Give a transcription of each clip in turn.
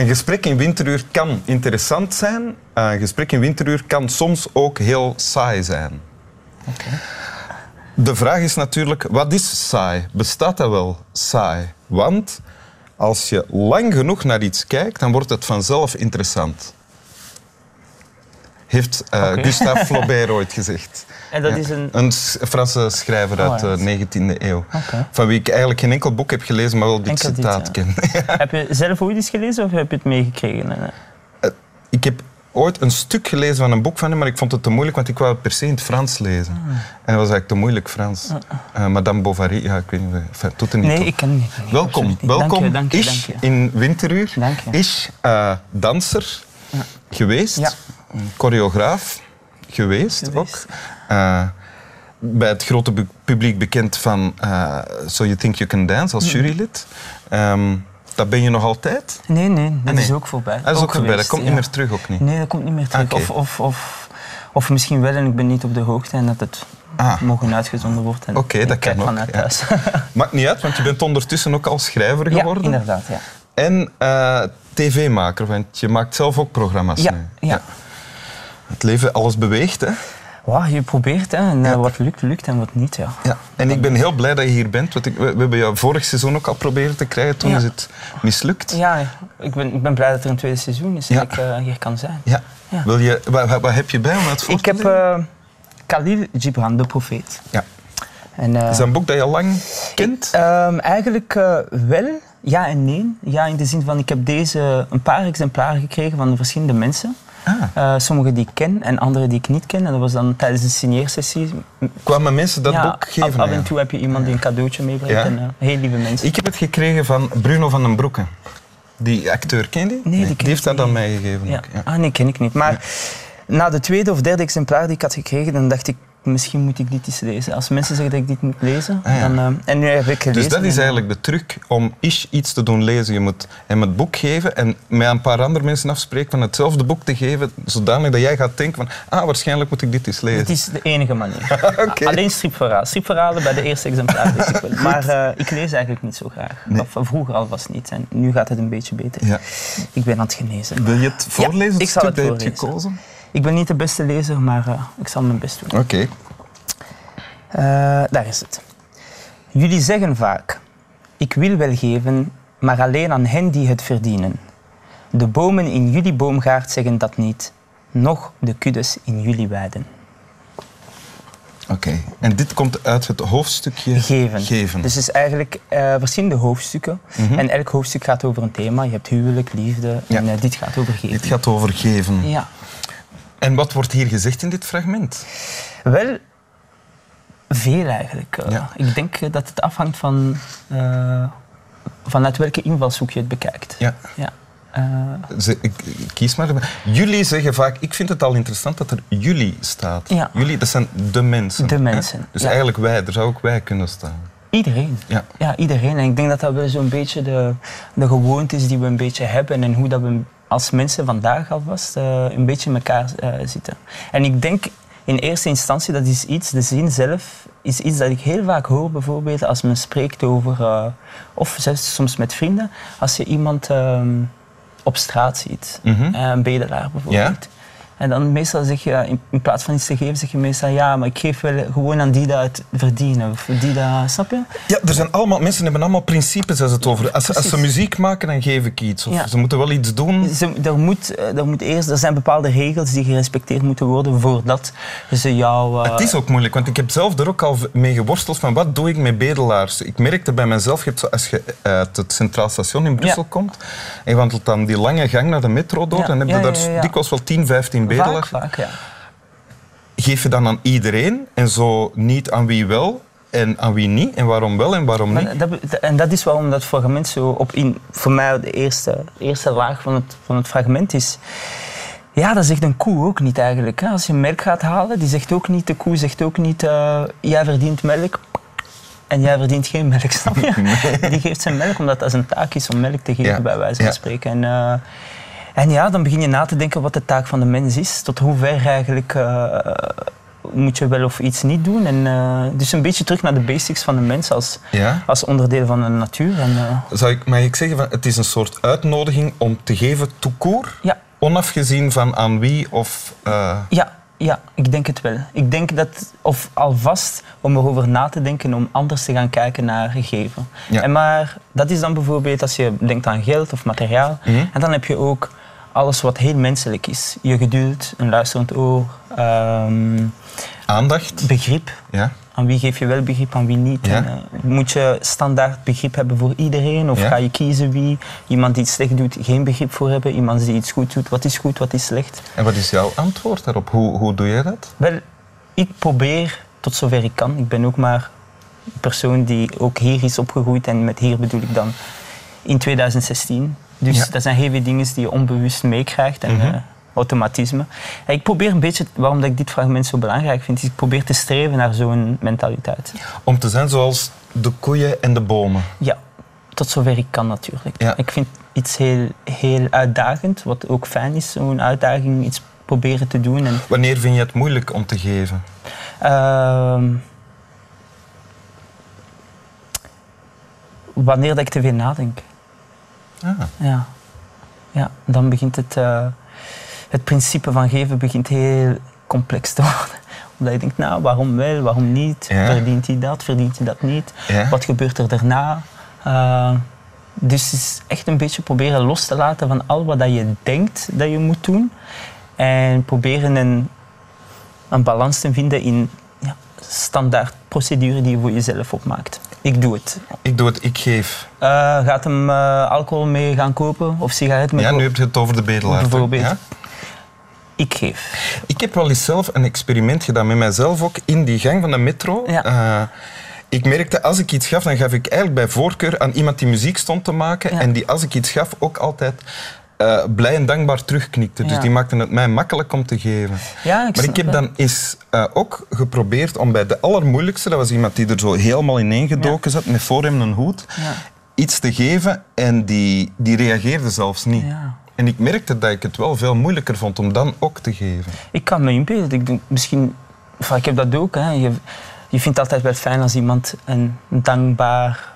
Een gesprek in Winteruur kan interessant zijn. Een gesprek in Winteruur kan soms ook heel saai zijn. Okay. De vraag is natuurlijk, wat is saai? Bestaat dat wel saai? Want als je lang genoeg naar iets kijkt, dan wordt het vanzelf interessant. Heeft Gustave Flaubert ooit gezegd. En dat is een Franse schrijver uit de 19e eeuw. Okay. Van wie ik eigenlijk geen enkel boek heb gelezen, maar wel dit citaat ken. Heb je zelf ooit iets gelezen of heb je het meegekregen? Ik heb ooit een stuk gelezen van een boek van hem, maar ik vond het te moeilijk, want ik wou het per se in het Frans lezen. En dat was eigenlijk te moeilijk Frans. Madame Bovary, ja, ik weet niet, enfin, doet er niet Nee, toe. ik ken het niet. Welkom. Welkom. Dank je. Is in Winteruur. Is danser geweest, choreograaf geweest ook. Bij het grote publiek bekend van So You Think You Can Dance als jurylid. Dat ben je nog altijd? Nee, dat is ook voorbij. Dat is ook voorbij, dat komt niet meer terug, ook niet? Nee, dat komt niet meer terug. Okay. Of misschien wel en ik ben niet op de hoogte en dat het mogen uitgezonden wordt. Oké, dat kan ook. Vanuit thuis. Maakt niet uit, want je bent ondertussen ook al schrijver geworden. Ja, inderdaad. Ja. En tv-maker, want je maakt zelf ook programma's nu. Ja. Het leven, alles beweegt, hè? Wow, je probeert, hè. En wat lukt en wat niet. Ja. En ik ben heel blij dat je hier bent. Want we hebben jou vorig seizoen ook al proberen te krijgen. Toen is het mislukt. Ja, ik ben blij dat er een tweede seizoen is en ik hier kan zijn. Ja. Wil je, wat heb je bij om het voor te Ik heb Khalil Gibran, De Profeet. Ja. En, is dat een boek dat je al lang kent? Eigenlijk wel. Ja en nee. Ja, in de zin van, ik heb deze een paar exemplaren gekregen van verschillende mensen. Sommige die ik ken en andere die ik niet ken. En dat was dan tijdens een signeersessie. Kwamen mensen dat boek geven? Af en toe heb je iemand die een cadeautje meebrengt. Ja. En heel lieve mensen. Ik heb het gekregen van Bruno van den Broeke. Die acteur, ken je die? Nee, die heeft dat aan mij gegeven. Ja. Ook, ja. Nee, ken ik niet. Maar na de tweede of derde exemplaar die ik had gekregen, dan dacht ik, misschien moet ik dit eens lezen. Als mensen zeggen dat ik dit moet lezen, dan... en nu heb ik gelezen. Dus dat is eigenlijk de truc om iets te doen lezen. Je moet hem het boek geven en met een paar andere mensen afspreken van hetzelfde boek te geven, zodanig dat jij gaat denken van, waarschijnlijk moet ik dit eens lezen. Het is de enige manier. Okay. Alleen stripverhalen. Stripverhalen bij de eerste exemplaar lees ik wel. Maar ik lees eigenlijk niet zo graag. Nee. Of vroeger alvast niet. En nu gaat het een beetje beter. Ja. Ik ben aan het genezen. Wil je het voorlezen? Ik zal het voorlezen. Dat je hebt gekozen? Ik ben niet de beste lezer, maar ik zal mijn best doen. Oké. Daar is het. Jullie zeggen vaak, ik wil wel geven, maar alleen aan hen die het verdienen. De bomen in jullie boomgaard zeggen dat niet, noch de kuddes in jullie weiden. Oké. En dit komt uit het hoofdstukje geven. Dus het is eigenlijk verschillende hoofdstukken. En elk hoofdstuk gaat over een thema. Je hebt huwelijk, liefde en dit gaat over geven. Dit gaat over geven. Ja. En wat wordt hier gezegd in dit fragment? Wel, veel eigenlijk. Ik denk dat het afhangt van vanuit welke invalshoek je het bekijkt. Ja. Ik kies maar. Jullie zeggen vaak, ik vind het al interessant dat er jullie staat. Ja. Jullie, dat zijn de mensen. De mensen. Hè? Dus eigenlijk wij, er zou ook wij kunnen staan. Iedereen. Ja, iedereen. En ik denk dat dat wel zo'n beetje de gewoonte is die we een beetje hebben en hoe dat we als mensen vandaag alvast een beetje in elkaar zitten. En ik denk in eerste instantie, dat is iets, de zin zelf is iets dat ik heel vaak hoor, bijvoorbeeld als men spreekt over, of zelfs soms met vrienden, als je iemand op straat ziet, een bedelaar bijvoorbeeld. En dan meestal zeg je, in plaats van iets te geven, zeg je meestal ja, maar ik geef wel gewoon aan die dat het verdienen. Of die dat, snap je? Ja, er zijn mensen hebben allemaal principes als het over. Als ze muziek maken, dan geef ik iets. Of ze moeten wel iets doen. Er zijn bepaalde regels die gerespecteerd moeten worden voordat ze jou... Het is ook moeilijk, want ik heb zelf er ook al mee geworsteld van wat doe ik met bedelaars. Ik merkte bij mezelf, als je uit het Centraal Station in Brussel komt en je wandelt dan die lange gang naar de metro door, dan heb je daar dikwijls wel 10, 15 bedelaars. Vaak, ja. Geef je dan aan iedereen en zo niet aan wie wel en aan wie niet? En waarom wel en waarom niet? En dat is waarom dat fragment zo voor mij de eerste laag van het fragment is. Ja, dat zegt een koe ook niet eigenlijk. Hè. Als je melk gaat halen, de koe zegt ook niet jij verdient melk en jij verdient geen melk, snap je? Nee. Die geeft zijn melk omdat dat zijn taak is om melk te geven, bij wijze van spreken. En ja, dan begin je na te denken wat de taak van de mens is, tot hoe ver eigenlijk moet je wel of iets niet doen. En, dus een beetje terug naar de basics van de mens als onderdeel van de natuur. En, mag ik zeggen, van, het is een soort uitnodiging om te geven tout court? Ja. Onafgezien van aan wie of... Ja, ik denk het wel. Ik denk dat, of alvast om erover na te denken om anders te gaan kijken naar geven. Ja. En maar dat is dan bijvoorbeeld als je denkt aan geld of materiaal. Mm-hmm. En dan heb je ook alles wat heel menselijk is. Je geduld, een luisterend oor. Aandacht. Begrip. Ja. Aan wie geef je wel begrip, aan wie niet. Ja. En, moet je standaard begrip hebben voor iedereen? Of ga je kiezen wie? Iemand die iets slecht doet, geen begrip voor hebben. Iemand die iets goed doet, wat is goed, wat is slecht? En wat is jouw antwoord daarop? Hoe doe je dat? Wel, ik probeer tot zover ik kan. Ik ben ook maar een persoon die ook hier is opgegroeid. En met hier bedoel ik dan in 2016. Dus dat zijn heel veel dingen die je onbewust meekrijgt. En, automatisme. En ik probeer een beetje, waarom dat ik dit fragment zo belangrijk vind, is ik probeer te streven naar zo'n mentaliteit. Om te zijn zoals de koeien en de bomen. Ja, tot zover ik kan natuurlijk. Ja. Ik vind iets heel, heel uitdagend, wat ook fijn is, zo'n uitdaging, iets proberen te doen. En wanneer vind je het moeilijk om te geven? Wanneer dat ik te veel nadenk. Ja, dan begint het principe van geven begint heel complex te worden. Omdat je denkt, nou, waarom wel, waarom niet? Ja. Verdient hij dat niet? Ja. Wat gebeurt er daarna? Dus het is echt een beetje proberen los te laten van al wat je denkt dat je moet doen. En proberen een balans te vinden in standaard procedure die je voor jezelf opmaakt. Ik doe het. Ik geef. Gaat hem alcohol mee gaan kopen of sigaret mee kopen? Ja, nu heb je het over de bedelaar. Bijvoorbeeld. Ja? Ik geef. Ik heb wel eens zelf een experiment gedaan met mijzelf ook in die gang van de metro. Ja. Ik merkte, als ik iets gaf, dan gaf ik eigenlijk bij voorkeur aan iemand die muziek stond te maken. Ja. En die, als ik iets gaf, ook altijd blij en dankbaar terugknikte. Dus die maakten het mij makkelijk om te geven. Ja, maar ik heb dan eens ook geprobeerd om bij de allermoeilijkste, dat was iemand die er zo helemaal ineengedoken zat, met voor hem een hoed, iets te geven en die reageerde zelfs niet. Ja. En ik merkte dat ik het wel veel moeilijker vond om dan ook te geven. Ik kan me inbeelden. Ik denk misschien, ik heb dat ook. Hè. Je vindt het altijd wel fijn als iemand een dankbaar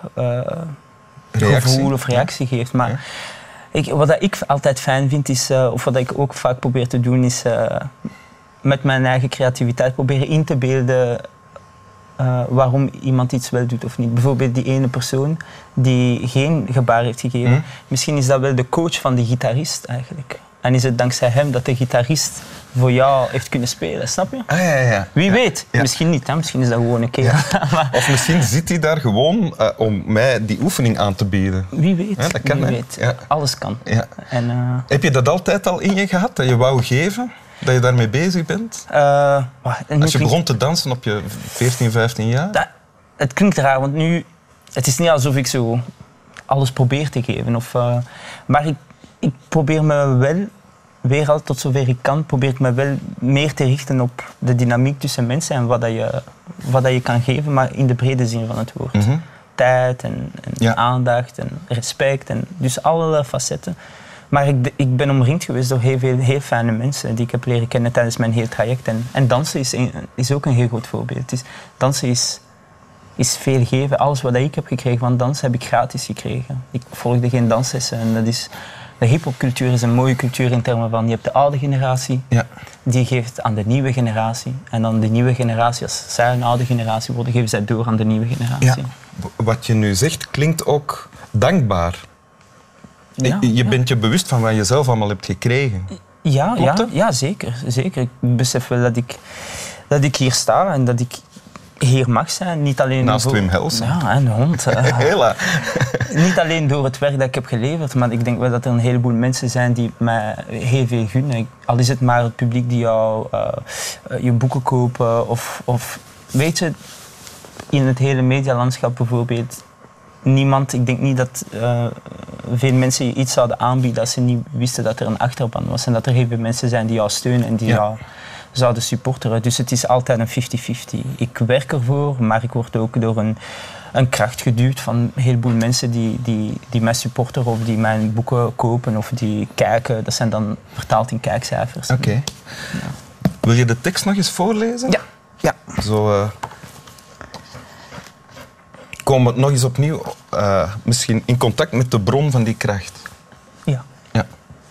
gevoel of reactie geeft. Maar wat ik altijd fijn vind, is, of wat ik ook vaak probeer te doen, is met mijn eigen creativiteit proberen in te beelden waarom iemand iets wel doet of niet. Bijvoorbeeld die ene persoon die geen gebaar heeft gegeven. Misschien is dat wel de coach van de gitarist eigenlijk. En is het dankzij hem dat de gitarist voor jou heeft kunnen spelen, snap je? Ja. Wie weet. Ja. Misschien niet, hè? Misschien is dat gewoon een keer. Ja. Maar of misschien zit hij daar gewoon om mij die oefening aan te bieden. Wie weet. Ja, dat kan, wie weet. Ja. Alles kan. Ja. En, heb je dat altijd al in je gehad, dat je wou geven? Dat je daarmee bezig bent? Als je begon te dansen op je 14, 15 jaar? Het klinkt raar, want nu... Het is niet alsof ik zo alles probeer te geven. Maar ik probeer me wel, weer al tot zover ik kan, probeer ik me wel meer te richten op de dynamiek tussen mensen en wat dat je kan geven, maar in de brede zin van het woord. Mm-hmm. Tijd en aandacht en respect, en dus allerlei facetten. Maar ik ben omringd geweest door heel fijne mensen die ik heb leren kennen tijdens mijn hele traject. En dansen is ook een heel goed voorbeeld. Dus dansen is veel geven. Alles wat ik heb gekregen van dansen heb ik gratis gekregen. Ik volgde geen danslessen. En de hiphopcultuur is een mooie cultuur in termen van je hebt de oude generatie, die geeft aan de nieuwe generatie. En dan de nieuwe generatie, als zij een oude generatie worden, geven zij door aan de nieuwe generatie. Ja. Wat je nu zegt klinkt ook dankbaar. Je bent je bewust van wat je zelf allemaal hebt gekregen. Ja, zeker. Ik besef wel dat ik hier sta en dat ik hier mag zijn. Niet alleen naast Wim Helsen. Ja, en de hond. Niet alleen door het werk dat ik heb geleverd, maar ik denk wel dat er een heleboel mensen zijn die mij heel veel gunnen. Al is het maar het publiek die jou je boeken kopen of weet je, in het hele medialandschap bijvoorbeeld. Ik denk niet dat veel mensen je iets zouden aanbieden als ze niet wisten dat er een achterban was. En dat er heel veel mensen zijn die jou steunen en die jou zouden supporteren. Dus het is altijd een 50-50. Ik werk ervoor, maar ik word ook door een kracht geduwd van een heleboel mensen die mij supporteren of die mijn boeken kopen of die kijken. Dat zijn dan vertaald in kijkcijfers. Oké. Ja. Wil je de tekst nog eens voorlezen? Ja. Ja. Zo komen we nog eens opnieuw misschien in contact met de bron van die kracht. Ja. Ja.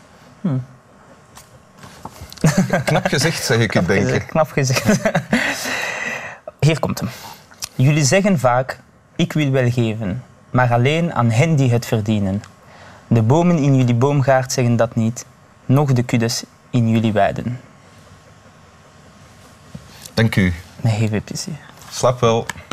Knap gezegd, zeg ik het denken. Knap gezegd. Hier komt hem. Jullie zeggen vaak, ik wil wel geven, maar alleen aan hen die het verdienen. De bomen in jullie boomgaard zeggen dat niet, noch de kuddes in jullie weiden. Dank u. Met heel veel plezier. Slaap wel.